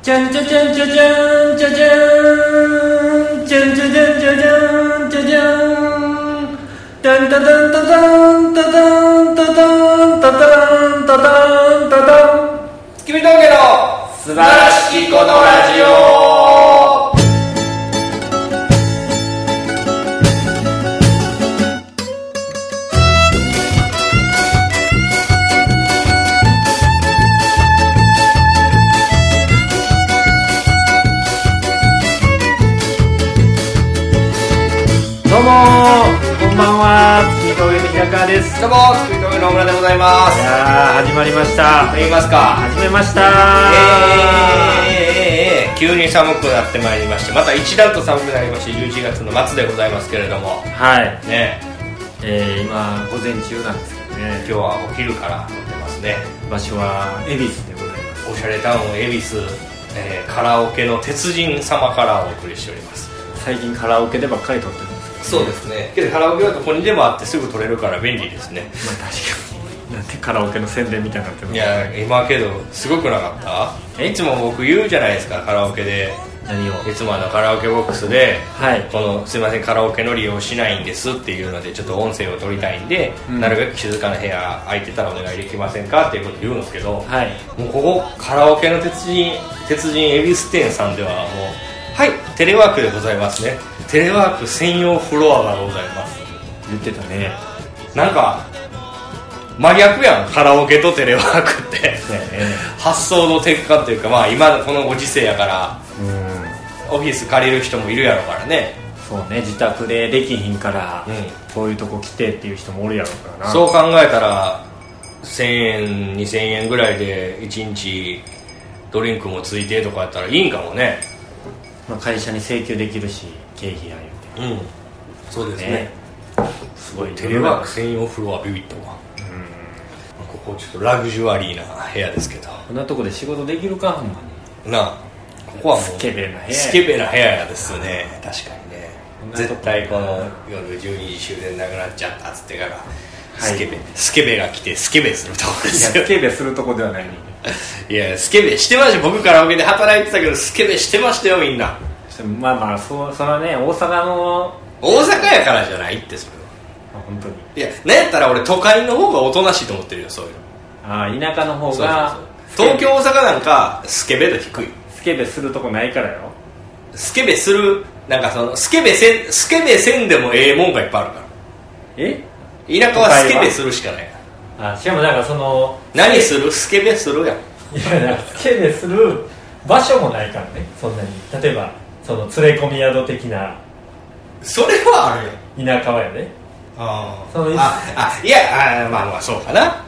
じゃんじゃじゃんじゃじゃんじゃじゃんじゃんじゃじゃんじゃじゃんじゃじゃんダンダダンダダンダダンダダンダダンダダンダダン月見峠の素晴らしきこのラジオ。 どうもこんばんは、月見峠の平川です。 どうも月見峠の大村でございます。 いやー始まりました。 言いますか。 始めました。 急に寒くなってまいりまして、また一段と寒くなりまして、11月の末でございますけれども、 はいね、 今午前中なんですけどね、 今日はお昼から乗ってますね。 場所は恵比寿でございます。 おしゃれタウン恵比寿、カラオケの鉄人様からお送りしております。 最近カラオケでばっかり撮ってるんですけど、ね、 そうですね。けどカラオケはどこにでもあってすぐ撮れるから便利ですね。 まあ確かに、なんてカラオケの宣伝みたいになってるの。 いや今けどすごくなかった？いつも僕言うじゃないですか、カラオケで。 何を？ いつもカラオケボックスで、 はい、 このすいませんカラオケの利用しないんですっていうのでちょっと音声を取りたいんで、なるべく静かな部屋空いてたらお願いできませんかっていうことを言うんですけど、 はい、 もうここカラオケの鉄人恵比寿店さんではもう、はいテレワークでございますね、テレワーク専用フロアがございます。 言ってたね。 なんか真逆やん、カラオケとテレワークってそうやね発想の転換というか、まあ今このご時世やからオフィス借りる人もいるやろからね。 そうね、自宅でできひんから、 うん、 こういうとこ来てっていう人もおるやろからな。 そう考えたら1000円2000円ぐらいで1日ドリンクもついてとかやったらいいんかもね。 まあ、会社に請求できるし経費や言うて、 そうですね。 すごいテレワーク専用フロアビビッとは、ここちょっとラグジュアリーな部屋ですけど、 こんなとこで仕事できるかほんまになあ。ここはもうスケベな部屋、 スケベな部屋ですね。確かにね。絶対この夜12時終電なくなっちゃったっつってから、はい、スケベが来てスケベするとこですよ。 いやスケベするとこではないのに。 いやスケベしてました。僕カラオケで働いてたけどスケベしてましたよみんな。 まあまあそれはね、大阪の大阪やからじゃないってそれは。 本当に。 いやなんやったら俺都会の方がおとなしいと思ってるよ、そういうの。 ああ、田舎の方が。 そう東京大阪なんかスケベ度低い。 スケベするとこないからよ。 スケベするなんかそのスケベせんでもええもんがいっぱいあるから。田舎はスケベするしかない。 あ、しかもなんかその何するスケベするやん。 いやスケベする場所もないからね、そんなに。例えばその連れ込み宿的な。 それはあるよ、 田舎はやね。 いやまあまあそうかな。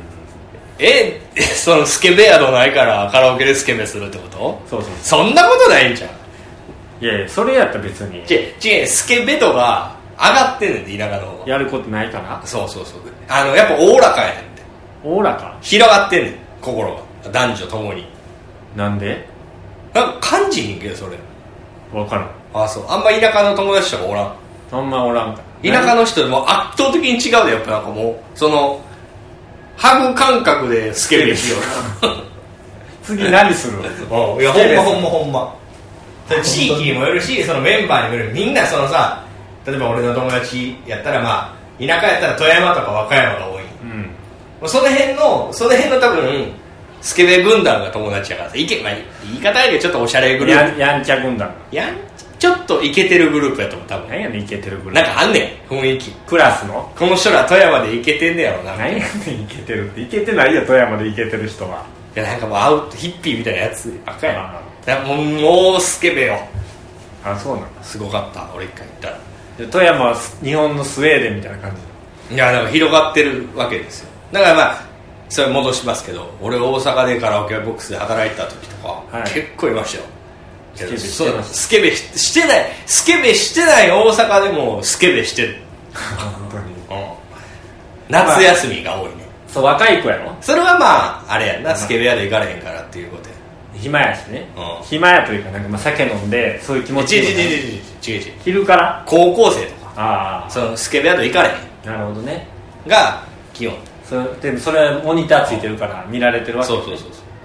そのスケベ宿ないからカラオケでスケベするってこと？ そうそんなことないんじゃん。 いやいや、それやったら別に違う、スケベ度が上がってんねんて、田舎の方が。 やることないかな。 そうやっぱおおらかやねんって。 おおらか広がってんねん、心が。男女ともに。 なんで？ なんか感じひんけどそれ分からん。 あ、そう。あんま田舎の友達とかおらん。 あんまおらんか。 田舎の人でも圧倒的に違うで、やっぱなんかもうそのハグ感覚でスケベしよう。 次何する？ いやほんま地域にもよるし、そのメンバーにもよる。みんなそのさ、例えば俺の友達やったら、まあ田舎やったら富山とか和歌山が多い、その辺の多分スケベ軍団が友達やからさ、言い方やけどちょっとおしゃれグループ、 やんちゃ軍団、 ちょっとイケてるグループやと思う。多分何やねんイケてるグループ。 なんかあんねん、雰囲気。 クラスのこの人ら富山でイケてんねやろな。 何やねんイケてるって。イケてないよ、富山でイケてる人は。 いやなんかもうヒッピーみたいなやつばっかやん。もうスケベよ。 あ、そうなんだ。 すごかった、俺一回行ったら。 で富山は日本のスウェーデンみたいな感じ。 いやなんか広がってるわけですよ。だからまあそれ戻しますけど、俺大阪でカラオケボックスで働いてた時とか、結構いましたよ。スケベしてない大阪でもスケベしてる。 本当に。 夏休みが多いね。 そう、若い子やろ。 それはまああれやんな、スケベ屋で行かれへんからっていうことや。 暇やしね、暇やというか、なんかまあ酒飲んでそういう気持ち。 違う昼から高校生とか、 そのスケベ宿行かれへん。 なるほどね。 が基本。 でもそれはモニターついてるから見られてるわけ。 そう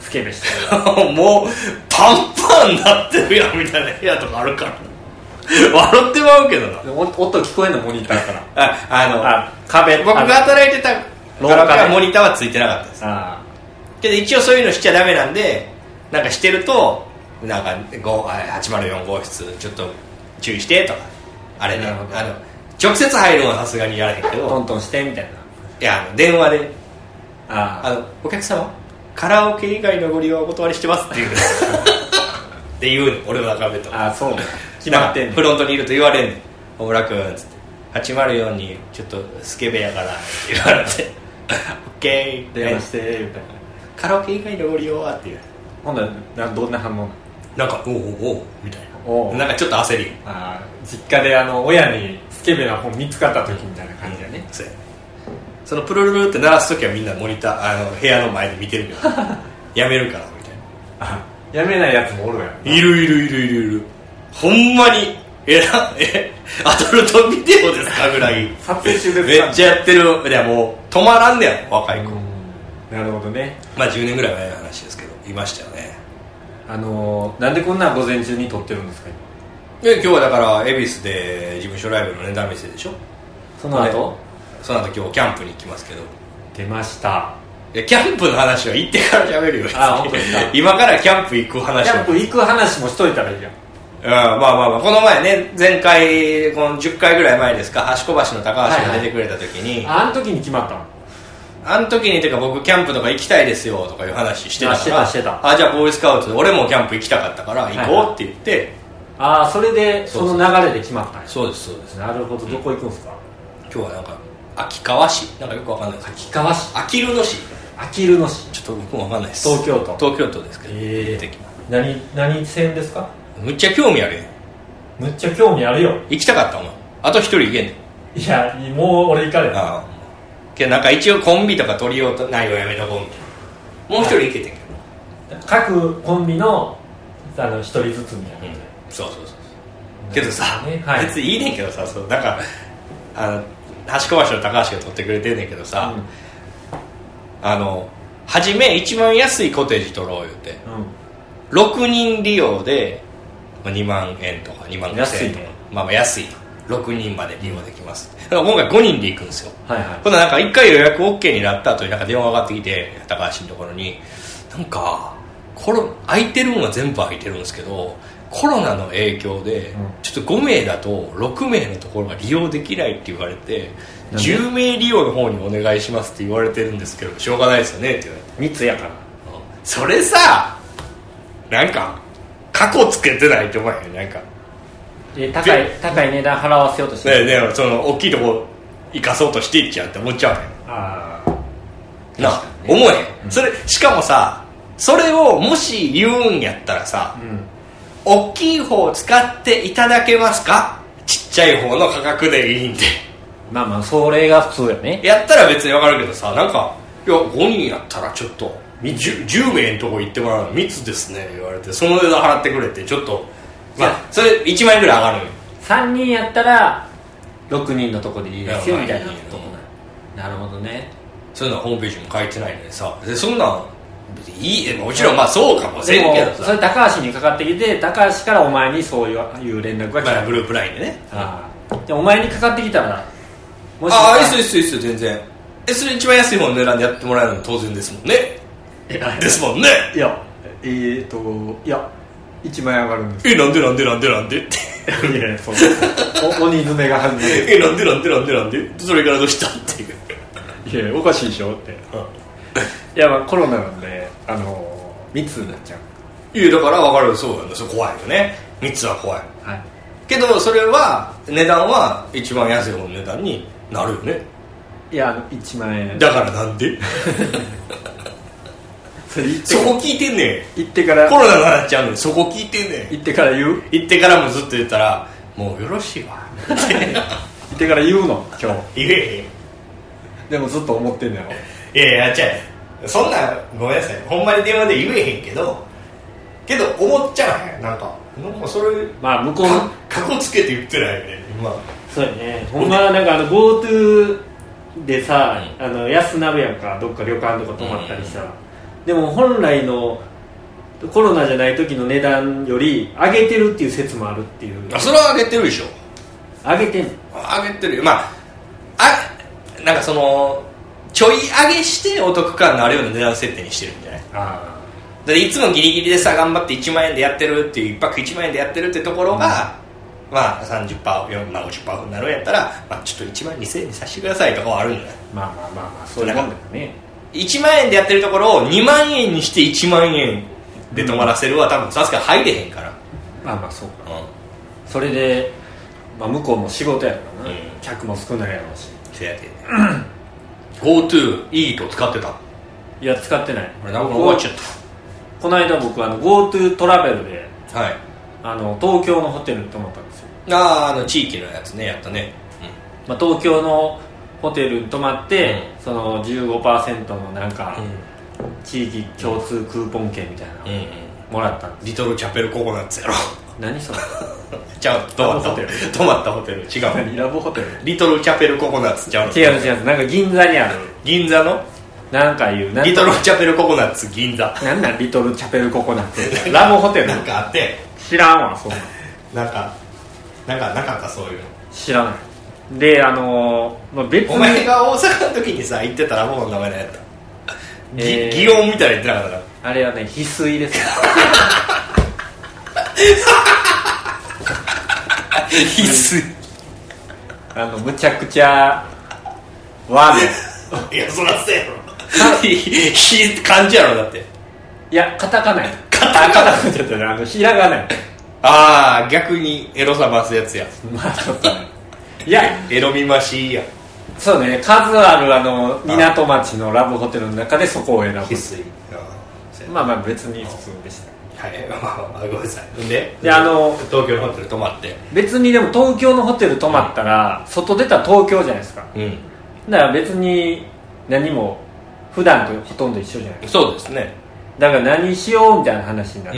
スケベしてるもうパンパンになってるやんみたいな部屋とかあるから笑ってまうけどな。 音聞こえんのモニターから壁、 僕が働いてたカラオケはモニターはついてなかったです。けど一応そういうのしちゃダメなんで、なんかしてるとなんか804号室ちょっと注意してとか、あれね、直接入るのはさすがにやらへんけど、 トントンしてみたいな。 いや電話でお客様カラオケ以外のご利用はお断りしてますっていうって言うねん、俺の中でと。 そうね、決まってんねん。 フロントにいると言われんねん、大村君っつって804にちょっとスケベやからって言われてオッケー電話してみたいな。 カラオケ以外のご利用はっていう。 ほんならどんな反応？ なんかおうみたいな、なんかちょっと焦り。 実家で親にスケベな本見つかった時みたいな感じだね。 そのプルルルって鳴らす時はみんなモニター部屋の前で見てるけどやめるからみたいな。 やめないやつもおるやん。 いるほんまにアダルトビデオですかぐらい撮影中ですか。 めっちゃやってる。いやもう止まらんねやろ若い子。 なるほどね。 10年ぐらい前の話ですけどいましたよね。 なんでこんな午前中に撮ってるんですか？ 今日はだから恵比寿で事務所ライブのネタ見せでしょ。 その後今日キャンプに行きますけど。 出ました。 いやキャンプの話は行ってから喋るよ。 本当ですか。 今からキャンプ行く話。 キャンプ行く話もしといたらいいやん。 この前ね、前回この10回ぐらい前ですか、橋小橋の高橋が出てくれた時に、 あの時に決まったの。 あの時にてか僕キャンプとか行きたいですよとかいう話してたから、 してたじゃあボーイスカウトで俺もキャンプ行きたかったから行こうって言って、 それでその流れで決まったんや。 そうです。 なるほど。どこ行くんですか？ 今日はなんか秋川市なんかよくわかんないです。 秋川市、 あきる野市、 あきる野市、 ちょっと僕もわかんないです。 東京都ですけど、出てきます。 何線ですか？ むっちゃ興味あるやん。 むっちゃ興味あるよ。 行きたかったもん。あと一人行けんねん。 いやもう俺行かれた。 けどなんか一応コンビとか取りようとないよ、やめとこうみたいな。もう一人行けてんけど、各コンビの一人ずつみたいな、 そうけどさ、別にいいねんけどさ、なんか橋小橋の高橋が取ってくれてんねんけどさ、初め一番安いコテージ取ろう言って、6人利用で2万円とか2万5千円とか、安い6人まで利用できます。だから今回5人で行くんですよ。ほんならなんか1回予約 OK になった後になんか電話がかかってきて、高橋のところになんか空いてるのは全部空いてるんですけど、コロナの影響でちょっと5名だと6名のところが利用できないって言われて、10名利用の方にお願いしますって言われてるんですけど、しょうがないですよねって言われて、 密やから、 それさなんか過去つけてないって思うよ。なんか高い値段払わせようとしてね、その大きいとこ生かそうとしていっちゃうって思っちゃうねんな、思えへん、それしかもさ、それをもし言うんやったらさ、大きい方を使っていただけますか、ちっちゃい方の価格でいいんで。 それが普通よね。 やったら別に分かるけどさ、なんかいや5人やったらちょっと 10名のとこ行ってもらうの密ですね言われて、その値段払ってくれってちょっとそれ1万円ぐらい上がるのよ。 3人やったら6人のとこでいいですよみたいなとこなるほどね。 そういうのはホームページも書いてないのにさ、でそんなん別にいい、もちろんそうかもしれんけどさ、 それ高橋にかかってきて、高橋からお前にそういう連絡が来た、 グループ LINE でね。 でお前にかかってきたら、 もしいいっすよ全然。それ一番安い方の値段でやってもらえるの当然ですもんね。ですもんね。 いや1万円上がるんです。 なんでっていやそう鬼詰めが始まる。 なんでそれからどうしたっていう。 いやおかしいでしょって、いやコロナなんで密になっちゃう。 いやだから分かる、そうなんだ、それ怖いよね、密は怖い、けどそれは値段は一番安い方の値段になるよね。 いや1万円だからなんでそこ聞いてんねん。 行ってからコロナになっちゃうのにそこ聞いてんねん。 行ってから言う。 行ってからもずっと言ったらもうよろしいわ行ってから言うの今日。 言えへん。 でもずっと思ってんだよ。 いやちゃう、そんなごめんなさい、ほんまに電話で言えへんけど思っちゃうへん。なんかそれ向こうかっこつけて言ってないよね今。 そうやね。ほんまなんかGoTo でさ、安なるやんか、どっか旅館とか泊まったりさ、 でも本来のコロナじゃない時の値段より上げてるっていう説もあるっていう。 それは上げてるでしょ。 上げてんの？ 上げてるよ。まあなんかそのちょい上げしてお得感のあるような値段設定にしてるんじゃない？だっていつもギリギリでさ頑張って1万円でやってるっていう1泊1万円でやってるってところが、まあ 30%、50% になるんやったら、まあ、ちょっと1万2000円にさせてくださいとかはあるんじゃない？ まあそういうもんだよね。 1万円でやってるところを2万円にして1万円で泊まらせるは多分さすがに入れへんから。 まあそうか、それで、向こうも仕事やからな、客も少ないやろうし。 せやでGoTo いいと使ってた？ いや使ってない。 俺なんか終わっちゃった。 この間僕GoTo トラベルで、 はい、 東京のホテルに泊まったんですよ。 地域のやつね、やったね、 東京のホテルに泊まって、その 15% のなんか、地域共通クーポン券みたいなのもらったんです。 リトルチャペルココナッツやろ。 何それ？ ちゃう、泊まったホテル違う。 何ラブホテル？ リトルチャペルココナッツちゃうの？ 違う、なんか銀座にある。 銀座のなんかいうリトルチャペルココナッツ銀座。 なんリトルチャペルココナッツラブホテルなんかあって、 知らんわ。そんななんかなかったそういうの知らない。で別にお前が大阪の時にさ言ってたラブホの名前何やった？祇園みたいな言ってなかったか？ あれはね、翡翠ですよ。 翡翠むちゃくちゃ和ね。 いやそらせやろ。漢字やろだって。 いやカタカナや。カタカナちょっとね、ひらがなや。 逆にエロさ増すやつや。 まあちょっとね。いやエロみましいや。 そうね、数ある港町のラブホテルの中でそこを選ぶ。翡翠。まあ別に普通でした。 はい、ごめんなさい。で東京のホテル泊まって。 別にでも東京のホテル泊まったら、外出たら東京じゃないですか。だから別に何も普段とほとんど一緒じゃないですか。 そうですね。 だから何しようみたいな話になって、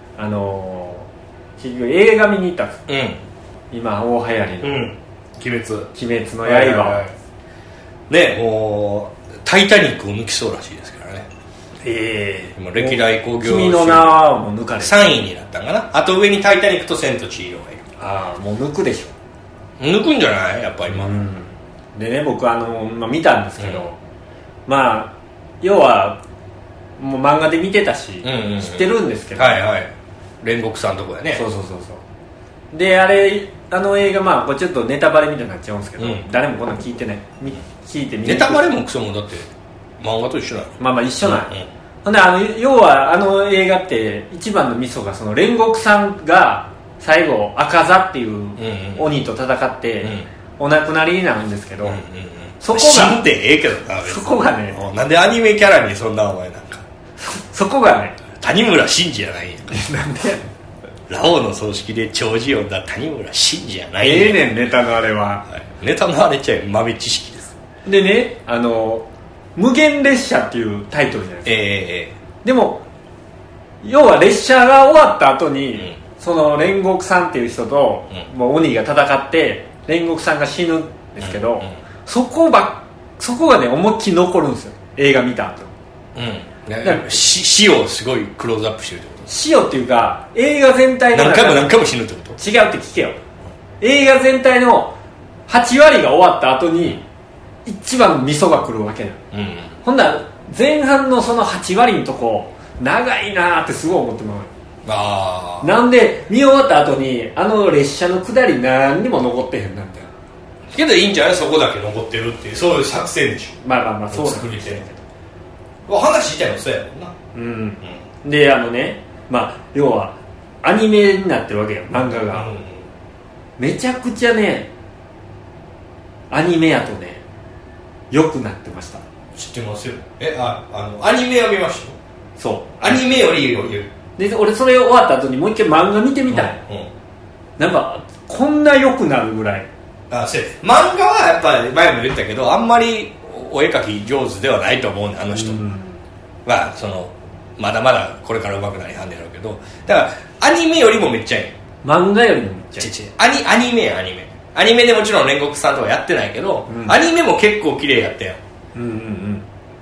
結局映画見に行ったんです、今大流行りの、鬼滅の刃、 ね、もうタイタニックを抜きそうらしいですからね。今歴代興行収入君の名はもう抜かれて 3位になったんかな。あと上にタイタニックと千と千尋がいる。 もう抜くでしょ。 抜くんじゃないやっぱ今、 でね、僕見たんですけど、要はもう漫画で見てたし、知ってるんですけど、 煉獄さんとこやね。 そうで映画これちょっとネタバレみたいになっちゃうんですけど、誰もこんなの聞いてない聞いてみネタバレもクソもだって漫画と一緒なの。 一緒なの、ほんで要は映画って一番のミソがその煉獄さんが最後赤座っていう鬼と戦って、お亡くなりになるんですけど、そこが死んでええけどな。 そこがね、 なんでアニメキャラにそんなお前なんかそこがね、 谷村新司じゃないんやなんでやねん。 ラオウの葬式で弔辞読んだ谷村新司じゃないねん。ネタのあれは、 ネタのあれちゃ豆知識です。 でね、無限列車っていうタイトルじゃないですか、でも要は列車が終わった後に、その煉獄さんっていう人と、もう鬼が戦って煉獄さんが死ぬんですけど、そこがね思いっきり残るんですよ、映画見た後。死をすごいクローズアップしてるってこと？死をっていうか映画全体の何回も死ぬってこと？ 違うって聞けよ。映画全体の8割が終わった後に一番のミソが来るわけなの、ほんなら前半のその8割のとこ長いなってすごい思ってもらう。なんで見終わった後に列車の下り何にも残ってへんなんてけどいいんじゃない？そこだけ残ってるっていうそういう作戦でしょ。 そう作り手話自体もそうやもんな。 で要はアニメになってるわけよ、漫画が、めちゃくちゃねアニメやとね良くなってました。 知ってますよ。アニメは見ましたよ。 そうアニメより言うで、俺それ終わった後にもう一回漫画見てみたい、なんかこんな良くなるぐらい。 漫画はやっぱり前も言ったけどあんまりお絵描き上手ではないと思うね、あの人は。まだまだこれから上手くなりはんねやろうけど、だからアニメよりもめっちゃいい。 漫画よりもめっちゃいい。 アニメでもちろん煉獄さんとかやってないけど、アニメも結構綺麗やったよ。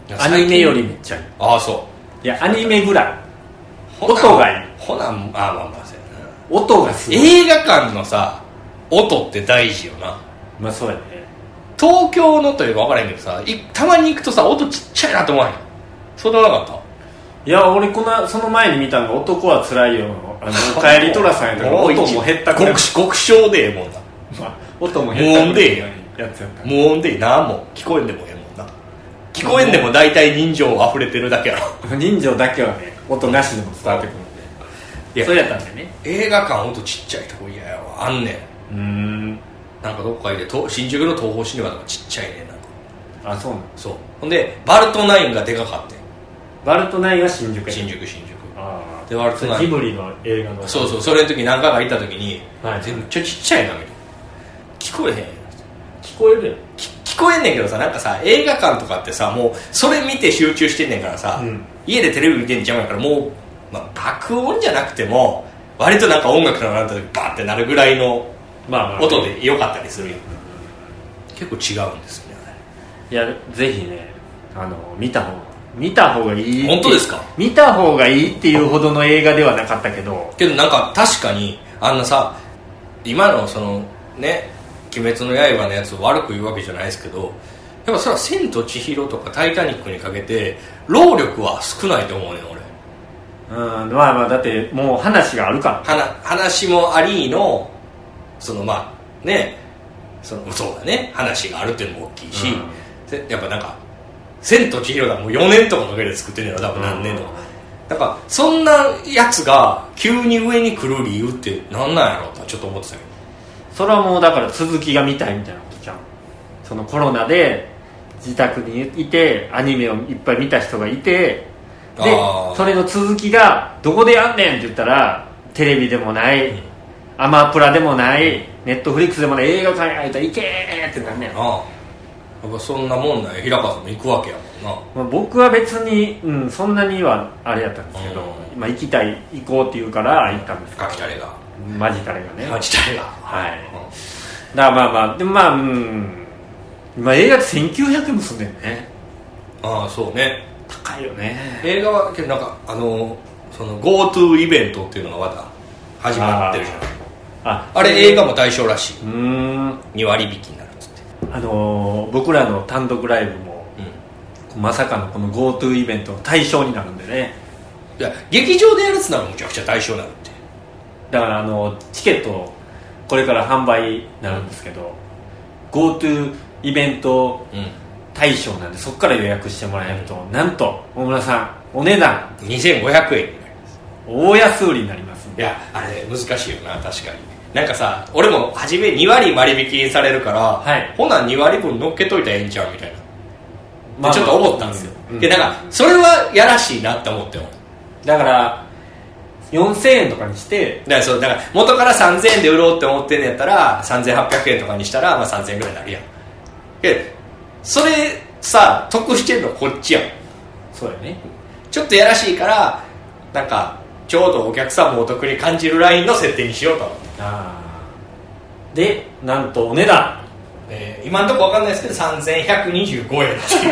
アニメよりめっちゃいい。 ああそういやアニメぐらい音がいい。 ほなまあそうやな。 音がすごい。 映画館のさ音って大事よな。 まあそうやね。 東京のというか分からへんけどさ、たまに行くとさ音ちっちゃいなと思わへん。そうでもなかった？ いや俺その前に見たのが男はつらいよのおかえりトラさんやったから音も減ったくらい極小でええもんな、 まあ、音も減ったくらいやつやった無音で何も聞こえんでもええもんな。聞こえんでも大体人情溢れてるだけやろ。 人情だけはね音なしでも伝わってくるんで。そうやったんでね。 映画館音ちっちゃいとこ嫌やわ。あんねん。なんかどっかで新宿の東宝シネマとかちっちゃいねん。なんかあそうなんそう。ほんでバルトナインがでかかってん。 バルトナインが新宿。あでバルトナインジブリの映画の。 そうそれの時何回か行った時に、 はい、 めっちゃちっちゃいなみたいな。聞こえへん。 聞こえるよ。 聞こえんねんけどさ、なんかさ映画館とかってさもうそれ見て集中してんねんからさ、家でテレビ見てんちゃうんやからもう、爆音じゃなくても割となんか音楽が鳴った時バーってなるぐらいの音で良かったりするよ、結構違うんですよね。 いやぜひね見た方がいい。 本当ですか？ 見た方がいいっていうほどの映画ではなかったけどなんか確かにあんなさ今のそのね鬼滅の刃のやつを悪く言うわけじゃないですけど、やっぱそれは千と千尋とかタイタニックにかけて労力は少ないと思うねん俺。 まあだってもう話があるから。 話もありのそのねそうだね話があるっていうのも大きいし、やっぱなんか千と千尋だもう4年とかかけて作ってるのよ多分何年とか。だからそんなやつが急に上に来る理由って何なんやろうとちょっと思ってたけど。 それはもうだから続きが見たいみたいなことじゃん。そのコロナで自宅にいてアニメをいっぱい見た人がいて、でそれの続きがどこでやんねんって言ったらテレビでもない、アマプラでもない、ネットフリックスでもない、映画館やったら行けーってなんねん。 やっぱそんなもんない平川さんも行くわけやもんな。 僕は別に、そんなにはあれやったんですけど、行きたい行こうって言うから行ったんですけど、 ガキタレがマジタレがね。 マジタレがはい、だからでも今映画って1900円もすんねんね。 そうね高いよね。 映画はなんかその GoTo イベントっていうのがまた始まってるじゃない。あれ映画も対象らしい。2割引きになるっつって。 僕らの単独ライブも、まさかのこの GoTo イベントの対象になるんでね。 いや劇場でやるっつならむちゃくちゃ対象になるって。 だからチケットこれから販売になるんですけど、GoTo イベント対象なんで、そこから予約してもらえると、なんと大村さんお値段 2500円になります。 大安売りになりますんで。 いやあれ難しいよな確かに。なんかさ俺も初め2割割引にされるから、ほな2割分乗っけといたらええんちゃうみたいな、ちょっと思ったんですよ。でだからそれはやらしいなって思っても、だから4000円とかにして、 だから元から3000円で売ろうって思ってんのやったら3800円とかにしたら、3000円ぐらいになるやん。それさ得してんのこっちやん。 そうやね。 ちょっとやらしいからなんかちょうどお客さんもお得に感じるラインの設定にしようと思って。 でなんとお値段、 今のところ分かんないですけど3125円って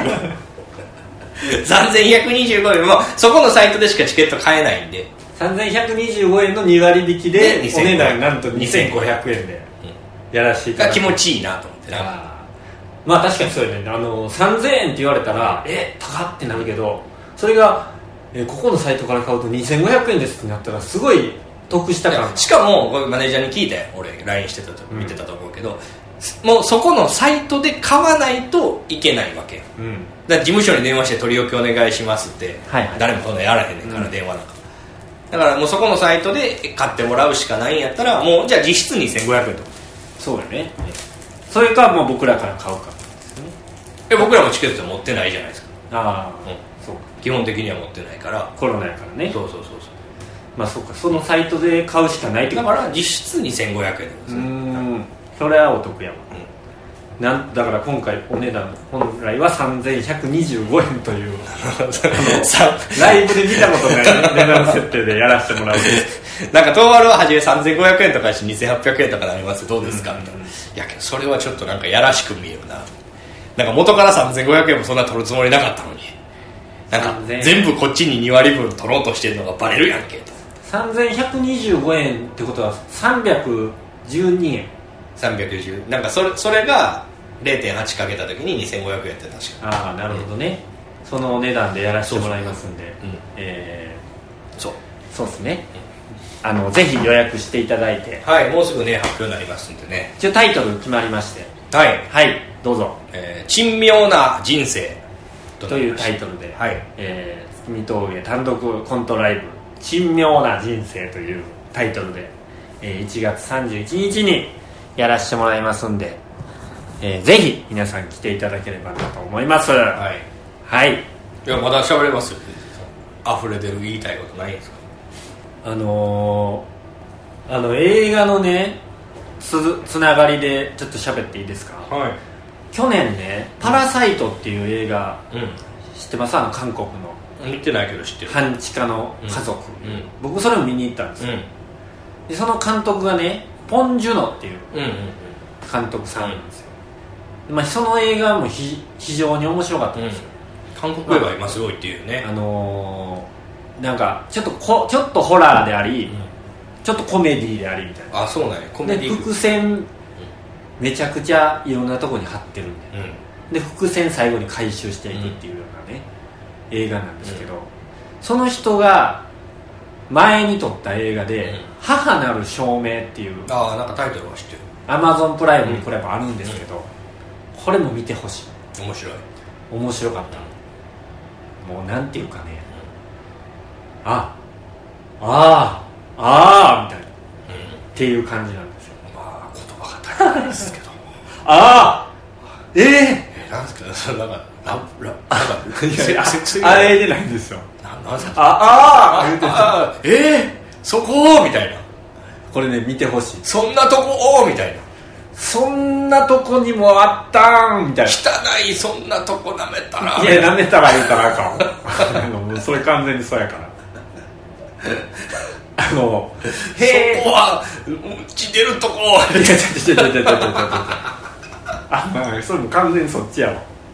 いう3125円もそこのサイトでしかチケット買えないんで 3125円の2割引きでお値段なんと2500円でやらせていただき気持ちいいなと思ってな。確かにそうよね。3000円って言われたら高ってなるけど、それがここのサイトから買うと2500円ですってなったらすごい得したから。 しかもマネージャーに聞いたよ俺 LINE してたと見てたと思うけど、もうそこのサイトで買わないといけないわけ、だから事務所に電話して取り置きお願いしますって、誰もそんなやらへんねんから、電話なんかだからもうそこのサイトで買ってもらうしかないんやったらもうじゃあ実質2500円とか。 そうやね。それかもう僕らから買うかですね。 僕らもチケット持ってないじゃないですか。 そうか。 基本的には持ってないからコロナやからね。 そうそうか。そのサイトで買うしかないってことだから実質2500円ですね。 それはお得やわ。だから今回お値段本来は3125円というライブで見たことない値段設定でやらせてもらうなんか東丸は初め3500円とかして2800円とかなりますどうですかみたいな。いやけどそれはちょっとなんかやらしく見えるな。なんか元から3500円もそんな取るつもりなかったのになんか全部こっちに2割分取ろうとしてるのがバレるやんけと。 3125円ってことは312円。 310なんかそれが 0.8 かけた時に2500円って確か。 ああなるほどね、そのお値段でやらせてもらいますんで、そうですね、ぜひ予約していただいて、 はい、もうすぐね発表になりますんでね。 一応タイトル決まりまして、 はいはい、どうぞ。 珍妙な人生というタイトルで、 はい、 月見峠単独コントライブ珍妙な人生というタイトルで、1月31日にやらせてもらいますんで、ぜひ皆さん来ていただければなと思います。はい、はい、 いやまだ喋れますよ。溢れ出る言いたいことないんですか？ 映画のねつながりでちょっと喋っていいですか？ はい。 去年ねパラサイトっていう映画、知ってます？韓国の見てないけど知ってる。 半地下の家族、僕それを見に行ったんですよ、でその監督がねポン・ジュノっていう監督さんなんですよ、まあ、その映画も非常に面白かったんですよ、 韓国映画今すごいっていうね、 なんかちょっとホラーであり、ちょっとコメディでありみたいな。 あ、そうなんや。コメディで伏線めちゃくちゃいろんなところに貼ってるんで、で伏線最後に回収していくっていうようなね、映画なんですけど、その人が前に撮った映画で「母なる証明」っていう、 なんかタイトルは知ってる。 Amazon プライムにこれもあるんですけど、これも見てほしい。 面白い。 面白かった。もうなんていうかね、ああみたいな、っていう感じなんですよ。 まあ言葉が足りないですけどなんですか、それなんかあれでないんですよ。 そこみたいな。 これね見てほしい。 そんなとこみたいな。 そんなとこにもあったんみたいな。 汚いそんなとこ舐めたら。 いや舐めたら言うたらあかんもうそれ完全にそうやからそこは血出るとこ。 それも完全にそっちやわ。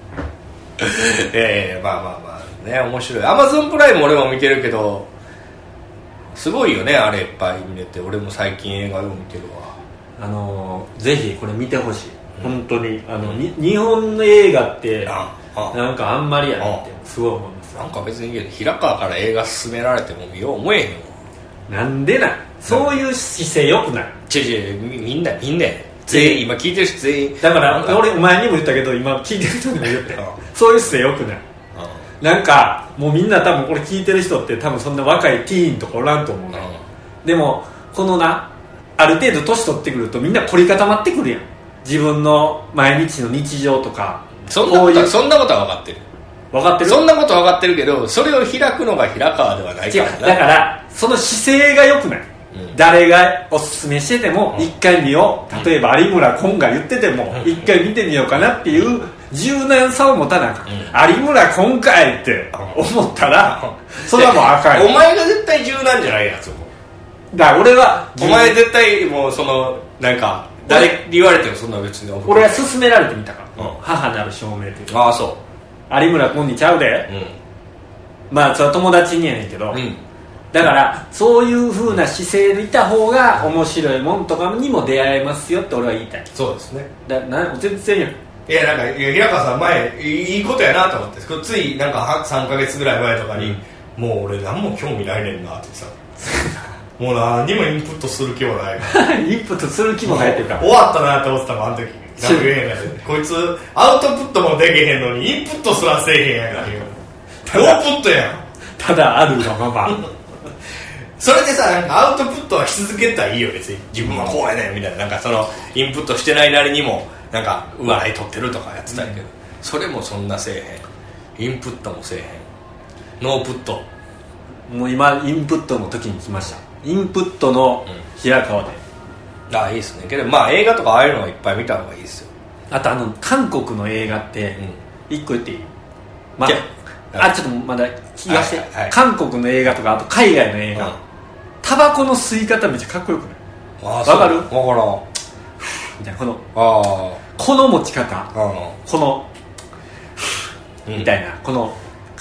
まあね、面白い。 Amazon プライム俺も見てるけどすごいよね、あれいっぱい見れて。俺も最近映画を見てるわ。 ぜひこれ見てほしい、本当に日本の映画ってなんかあんまりやなってすごい思います。 なんか別に平川から映画勧められても見よう思えへんよ。 なんでなん、そういう姿勢よくない？ みんな全員今聞いてる人全員だから俺お前にも言ったけど今聞いてる人にも言ってそういう姿勢よくない？なんかもうみんな多分これ聞いてる人って多分そんな若いティーンとかおらんと思うね、でもこのある程度年取ってくるとみんな凝り固まってくるやん、自分の毎日の日常とか。 そんなことは分かってる。そんなことは分かってるけど、それを開くのが平川ではないからな。 だからその姿勢が良くない、誰がおすすめしてても一回見よう、例えば有村昆が言ってても一回見てみようかなっていう柔軟さを持たなかった、有村昆かいって思ったらそれはもう赤い。 お前が絶対柔軟じゃないやつ。 だから俺はお前絶対もうなんか誰に言われてもそんな別に。 俺は勧められてみたから、母なる証明っていう。 そう有村昆にちゃうで、まあそれは友達にやねんけど、だからそういう風な姿勢でいた方が面白いもんとかにも出会えますよって俺は言いたい。 そうですね。 全然やん。 いやなんか平川さん前いいことやなと思って、ついなんか3ヶ月ぐらい前とかに、もう俺何も興味ないねんなってさもう何にもインプットする気もないからインプットする気もないっていうか終わったなって思ってたもんあの時。こいつアウトプットもできへんのにインプットすらせえへんやからノープットやん。 ただあるがままそれでさ、なんかアウトプットはし続けたらいいよ別に。自分はこうやねんみたいな、なんかインプットしてないなりにもなんか笑い取ってるとかやってたけど、それもそんなせえへん。インプットもせえへん。ノープット。 もう今インプットの時に来ました。インプットの平川で、 いいですね。けどまあ映画とかああいうのはいっぱい見た方がいいですよ。 あと韓国の映画って1個言っていい？ちょっとまだ聞かして、韓国の映画とかあと海外の映画、タバコの吸い方めっちゃかっこよくない？わかる？ わからんみたいな、この持ち方、このみたいな、この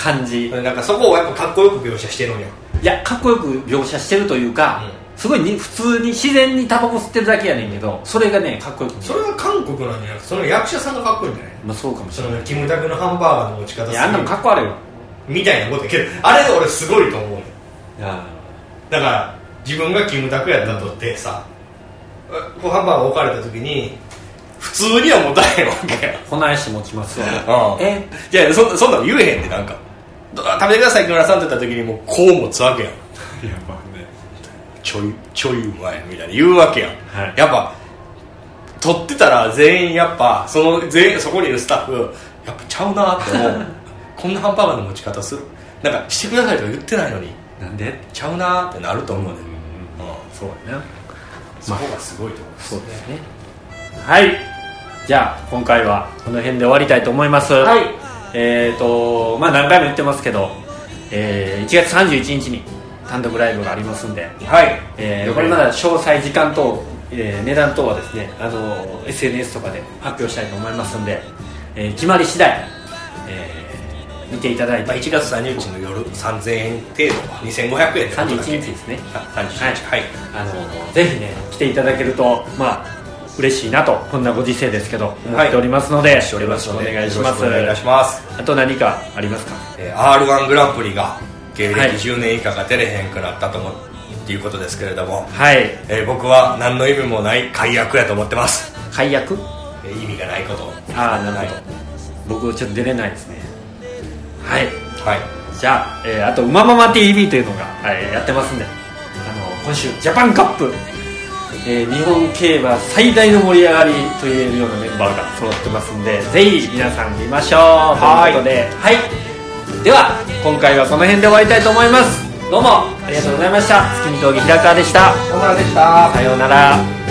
感じ。 なんかそこをやっぱかっこよく描写してるんや。 いやかっこよく描写してるというか、すごい普通に自然にタバコ吸ってるだけやねんけど、それがねかっこよく。 それは韓国なんじゃなくてその役者さんがかっこいいんじゃない？ まあそうかもしれない。 そのキムタクのハンバーガーの持ち方する。 いやあんなもかっこ悪いわみたいなことやけど、あれ俺すごいと思うよ。 だから自分がキムタクやったとってさ、こうハンバーガー置かれた時に普通には持たへんわけや。 こないし持ちますわ。 じゃあそんなの言えへんで、なんか食べてください木村さんって言った時にもうこう持つわけやん。 いやまあね、 ちょいうまいみたいな言うわけやん、 はい、 やっぱ撮ってたら全員やっぱそこにいるスタッフやっぱちゃうなって思うこんなハンバーガーの持ち方するなんかしてくださいとか言ってないのになんでちゃうなってなると思うね。 そうやな、 そこがすごいと思う、 そうですね。はい、じゃあ今回はこの辺で終わりたいと思います。 はい。 まあ何回も言ってますけど、1月31日に単独ライブがありますんで、 はい、 これまだ詳細時間等、値段等はですね、SNS とかで発表したいと思いますんで、決まり次第、見ていただいて、 1月30日の夜3000円程度、2500円で 31日ですね。 31日、はい、 ぜひね来ていただけるとまあ嬉しいなと、こんなご時世ですけど思っておりますので、よろしくお願いします。 お願いいたします。 あと何かありますか ？R1 グランプリが芸歴10年以下が出れへんくなったと思っていうことですけれども、 はい、 僕は何の意味もない解約やと思ってます。 解約？ 意味がないこと。 ああ、なるほど。僕ちょっと出れないですね。はい、 はい、 じゃあ、あとうままま TV というのが、やってますんで、今週ジャパンカップ、日本競馬最大の盛り上がりと言えるようなメンバーが揃ってますんで、ぜひ皆さん見ましょうということで、はい、では今回はこの辺で終わりたいと思います。どうもありがとうございました。月見峠平川でした。 小村でした。 さようなら。